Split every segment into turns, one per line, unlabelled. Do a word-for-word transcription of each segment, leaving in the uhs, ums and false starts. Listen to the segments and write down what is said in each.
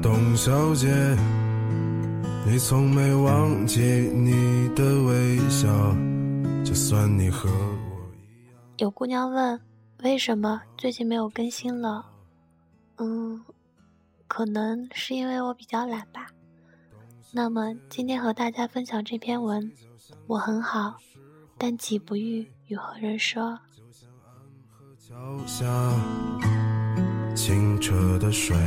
董小姐，你从没忘记你的微笑，就算你和我一样。
有姑娘问，为什么最近没有更新了？嗯，可能是因为我比较懒吧。那么今天和大家分享这篇文，我很好，但己不欲与何人说。
脚下清澈的水，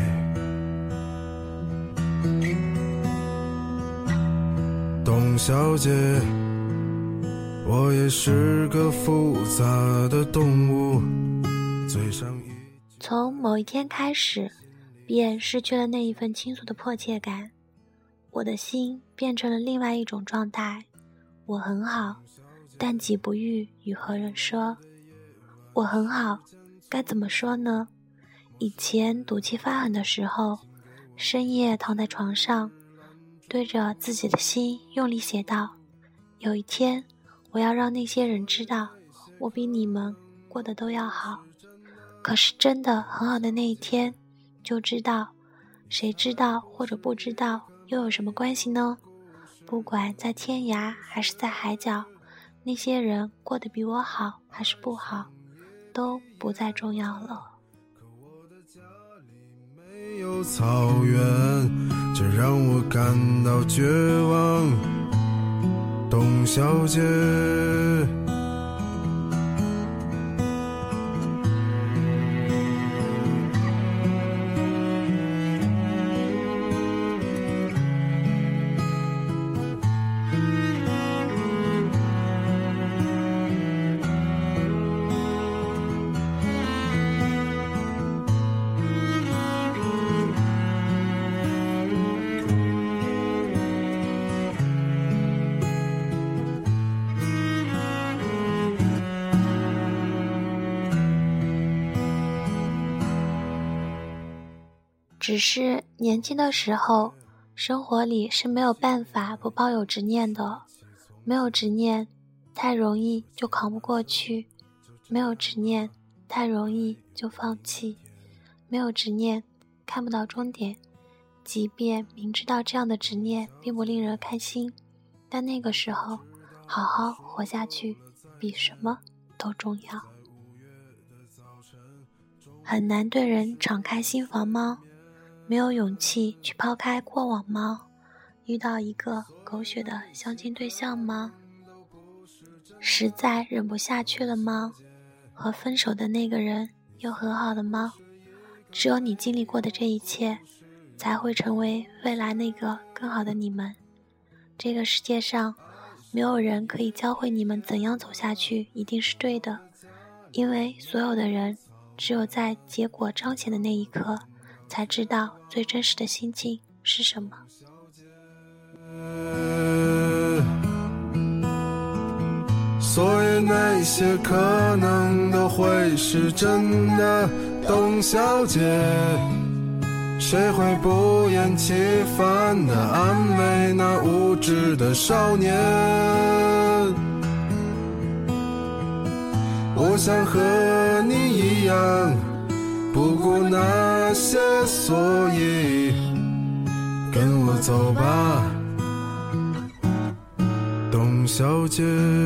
董小姐，我也是个复杂的动物，嘴上一
从某一天开始，便失去了那一份倾诉的迫切感，我的心变成了另外一种状态。我很好，但己不欲与何人说。我很好，该怎么说呢？以前赌气发狠的时候，深夜躺在床上，对着自己的心用力写道：有一天我要让那些人知道，我比你们过得都要好。可是真的很好的那一天，就知道，谁知道或者不知道又有什么关系呢？不管在天涯还是在海角，那些人过得比我好还是不好，都不再重要了。
可我的家里没有草原，这让我感到绝望。董小姐，
只是年轻的时候，生活里是没有办法不抱有执念的，没有执念，太容易就扛不过去，没有执念，太容易就放弃，没有执念，看不到终点。即便明知道这样的执念并不令人开心，但那个时候，好好活下去，比什么都重要。很难对人敞开心房吗？没有勇气去抛开过往吗？遇到一个狗血的相亲对象吗？实在忍不下去了吗？和分手的那个人又和好了吗？只有你经历过的这一切，才会成为未来那个更好的你们。这个世界上，没有人可以教会你们怎样走下去一定是对的，因为所有的人，只有在结果彰显的那一刻，才知道最真实的心境是什么。
所以那些可能都会是真的，董小姐，谁会不厌其烦地安慰那无知的少年？我想和你一样，不顾那些所以，跟我走吧，董小姐。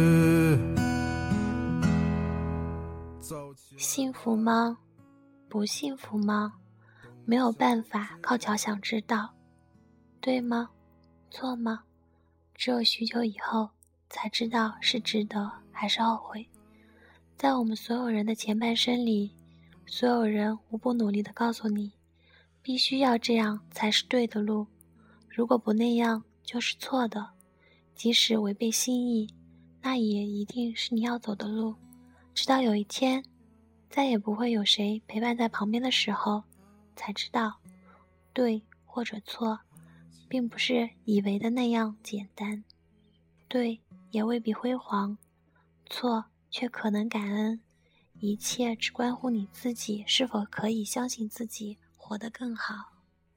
幸福吗？不幸福吗？没有办法靠脚想知道，对吗？错吗？只有许久以后才知道是值得还是后悔。在我们所有人的前半生里，所有人无不努力地告诉你，必须要这样才是对的路，如果不那样就是错的，即使违背心意，那也一定是你要走的路。直到有一天，再也不会有谁陪伴在旁边的时候，才知道对或者错并不是以为的那样简单，对也未必辉煌，错却可能感恩。一切只关乎你自己是否可以相信自己活得更好。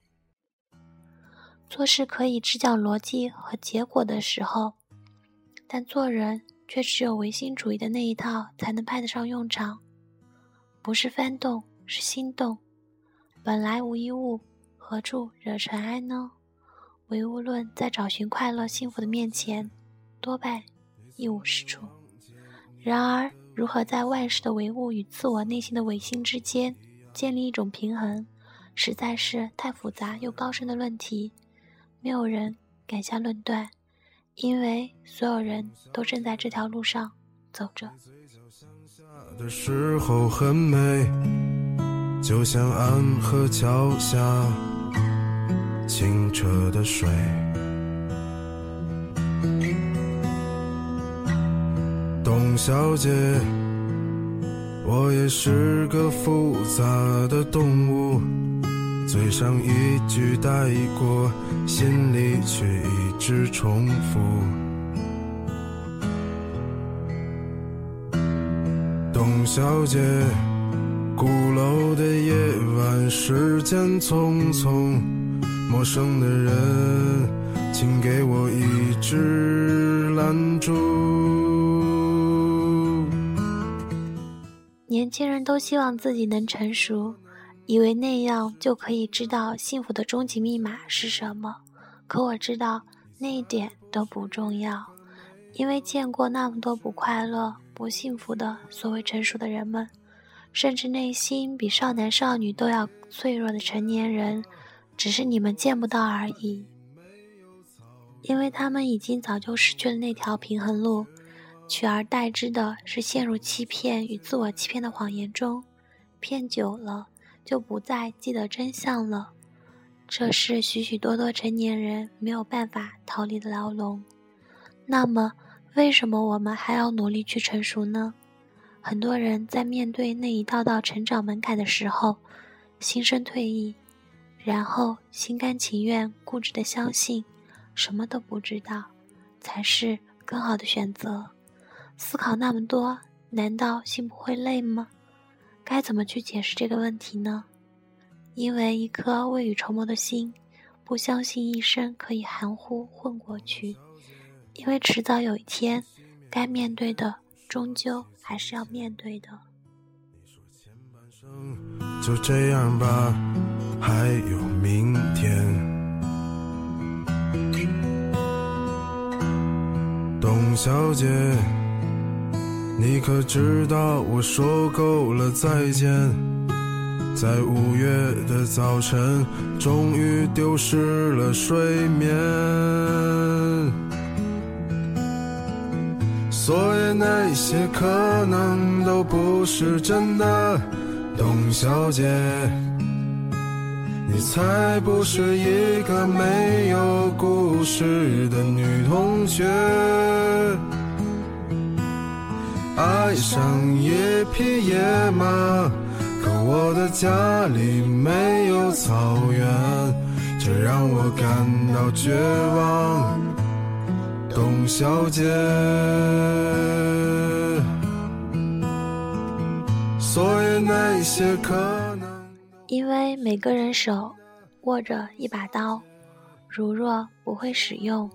做事可以只讲逻辑和结果的时候，但做人却只有唯心主义的那一套才能派得上用场。不是翻动，是心动。本来无一物，何何处惹尘埃呢？唯物论在找寻快乐幸福的面前多半一无是处。然而如何在万事的唯物与自我内心的唯心之间建立一种平衡，实在是太复杂又高深的论题，没有人敢下论断，因为所有人都正在这条路上走着。
的时候很美，就像安河桥下清澈的水，董小姐，我也是个复杂的动物，嘴上一句带过，心里却一直重复。董小姐，鼓楼的夜晚，时间匆匆，陌生的人，请给我一支蜡烛。
年轻人都希望自己能成熟，以为那样就可以知道幸福的终极密码是什么。可我知道那一点都不重要，因为见过那么多不快乐不幸福的所谓成熟的人们，甚至内心比少男少女都要脆弱的成年人，只是你们见不到而已。因为他们已经早就失去了那条平衡路，取而代之的是陷入欺骗与自我欺骗的谎言中，骗久了就不再记得真相了。这是许许多多成年人没有办法逃离的牢笼。那么为什么我们还要努力去成熟呢？很多人在面对那一道道成长门槛的时候心生退意，然后心甘情愿固执地相信什么都不知道才是更好的选择。思考那么多，难道心不会累吗？该怎么去解释这个问题呢？因为一颗未雨绸缪的心，不相信一生可以含糊混过去，因为迟早有一天，该面对的终究还是要面对的。
就这样吧，还有明天。董小姐，你可知道我说够了再见，在五月的早晨终于丢失了睡眠，所以那些可能都不是真的。董小姐，你才不是一个没有故事的女同学，爱上一匹野马，可我的家里没有草原，这让我感到绝望。董小姐，所以那些可能，
因为每个人手握着一把刀，如若不会使用，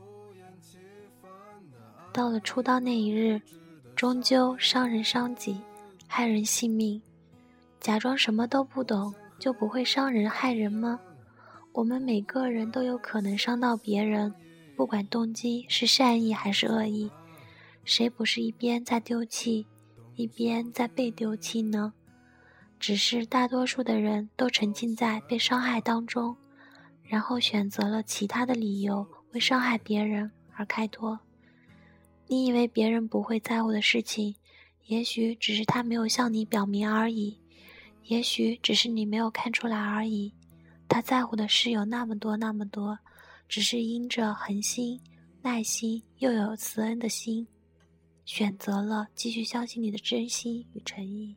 到了出刀那一日，终究伤人伤己，害人性命。假装什么都不懂，就不会伤人害人吗？我们每个人都有可能伤到别人，不管动机是善意还是恶意，谁不是一边在丢弃，一边在被丢弃呢？只是大多数的人都沉浸在被伤害当中，然后选择了其他的理由为伤害别人而开脱。你以为别人不会在乎的事情，也许只是他没有向你表明而已，也许只是你没有看出来而已。他在乎的事有那么多那么多，只是因着恒心、耐心又有慈恩的心，选择了继续相信你的真心与诚意。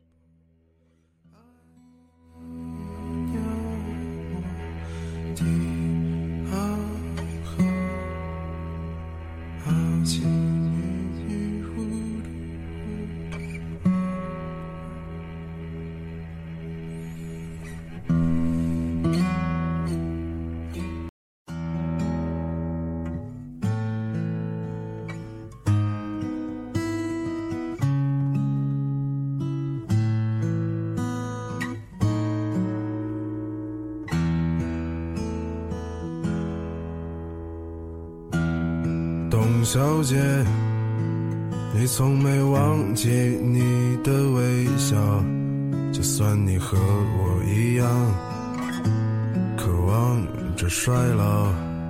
小姐，你从没忘记你的微笑，就算你和我一样渴望着衰老。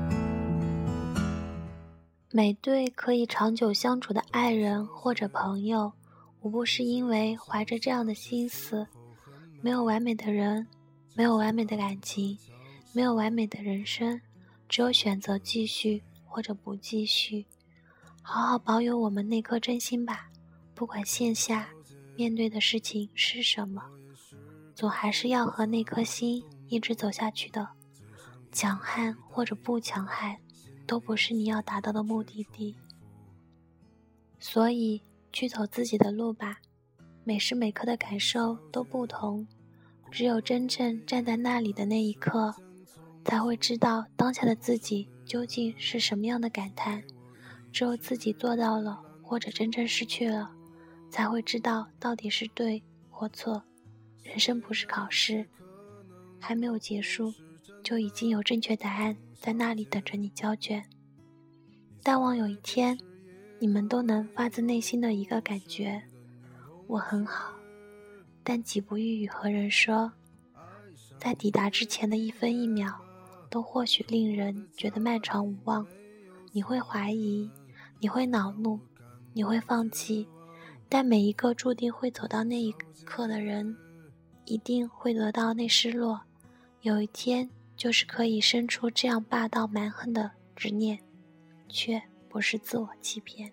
每对可以长久相处的爱人或者朋友，无不是因为怀着这样的心思。没有完美的人，没有完美的感情，没有完美的人生，只有选择继续或者不继续。好好保有我们那颗真心吧，不管线下面对的事情是什么，总还是要和那颗心一直走下去的。强悍或者不强悍，都不是你要达到的目的地。所以去走自己的路吧，每时每刻的感受都不同，只有真正站在那里的那一刻，才会知道当下的自己究竟是什么样的感叹。只有自己做到了或者真正失去了，才会知道到底是对或错。人生不是考试，还没有结束就已经有正确答案在那里等着你交卷。但望有一天，你们都能发自内心的一个感觉，我很好，但己不欲与何人说。在抵达之前的一分一秒，都或许令人觉得漫长无望。你会怀疑，你会恼怒，你会放弃，但每一个注定会走到那一刻的人，一定会得到那失落。有一天，就是可以生出这样霸道蛮横的执念，却不是自我欺骗。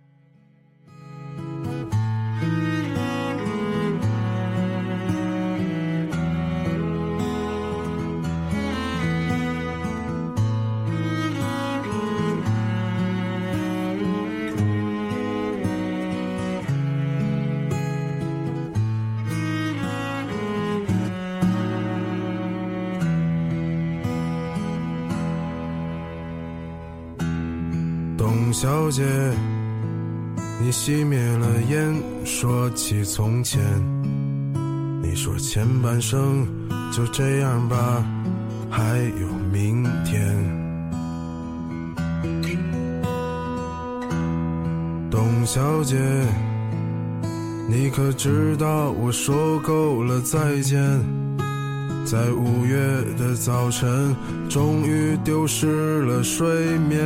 董小姐，你熄灭了烟，说起从前，你说前半生就这样吧，还有明天。董小姐，你可知道我说够了再见，在五月的早晨终于丢失了睡眠。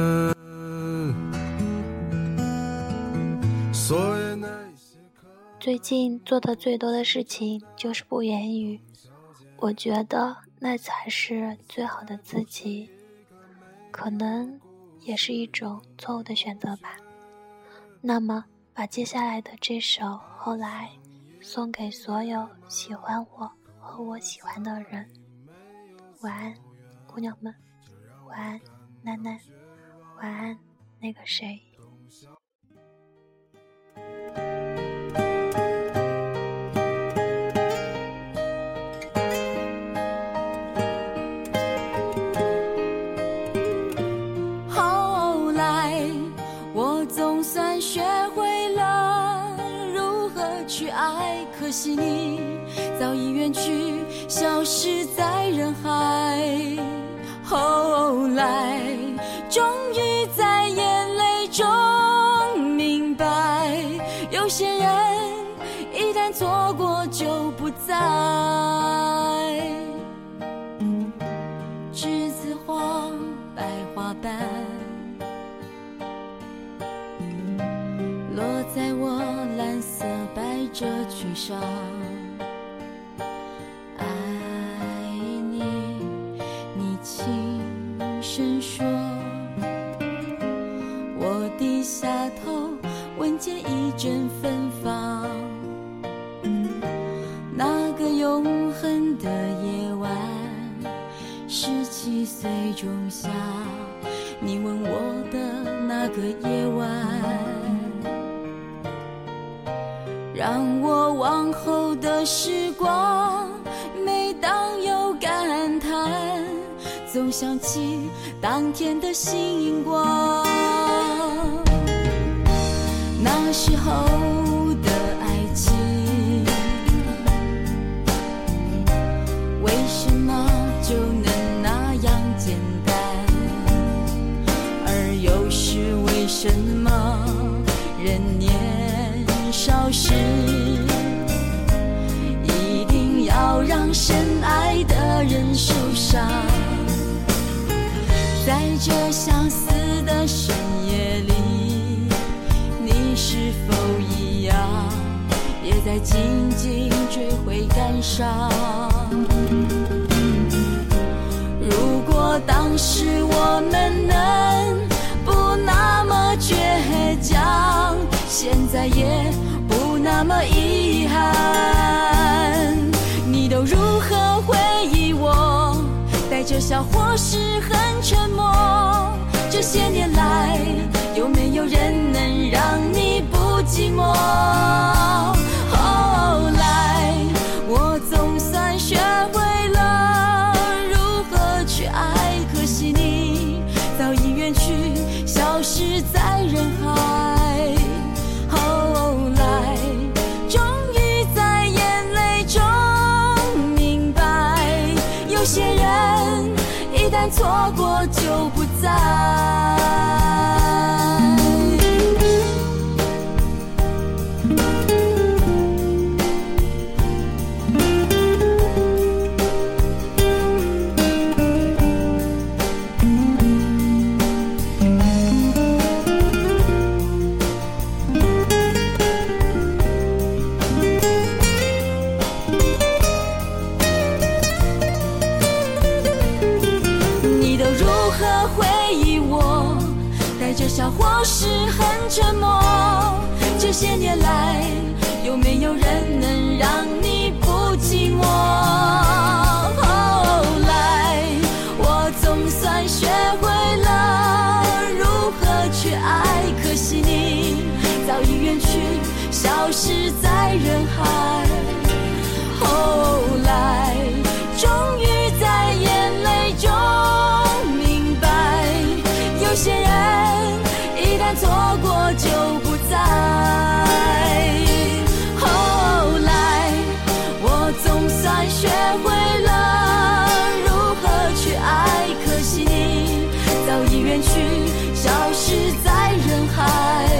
最近做的最多的事情就是不言语，我觉得那才是最好的自己，可能也是一种错误的选择吧。那么把接下来的这首《后来》送给所有喜欢我和我喜欢的人。晚安姑娘们，晚安楠楠，晚安那个谁。
可惜你早已远去，消失在人海。后来终于在眼泪中明白，有些人一旦错过就不再。栀子花白花瓣落在我蓝色百褶裙上，爱你，你轻声说。我低下头，闻见一阵芬芳。那个永恒的夜晚，十七岁仲夏，你吻我的那个夜晚。让我往后的时光，每当有感叹，总想起当天的星光。那时候的爱情，为什么就能那样简单？而又是为什么人年少时一定要让深爱的人受伤？在这相思的深夜里，你是否一样也在静静追悔感伤？如果当时我们能不那么倔强，现在也不那么遗憾。你都如何回忆我？带着笑或是很沉默。这些年来，有没有人能让你不寂寞？后来，我总算学会了如何去爱，可惜你早已远去，消失在人海。后来，终于在眼泪中明白，有些人一旦错过就不再。这笑或是很沉默，这些年来，有没有人能让你不寂寞？后来，我总算学会了如何去爱，可惜你早已远去，消失在人海。后来，终于在眼泪中明白，有些人错过就不再。后来，我总算学会了如何去爱，可惜你早已远去，消失在人海。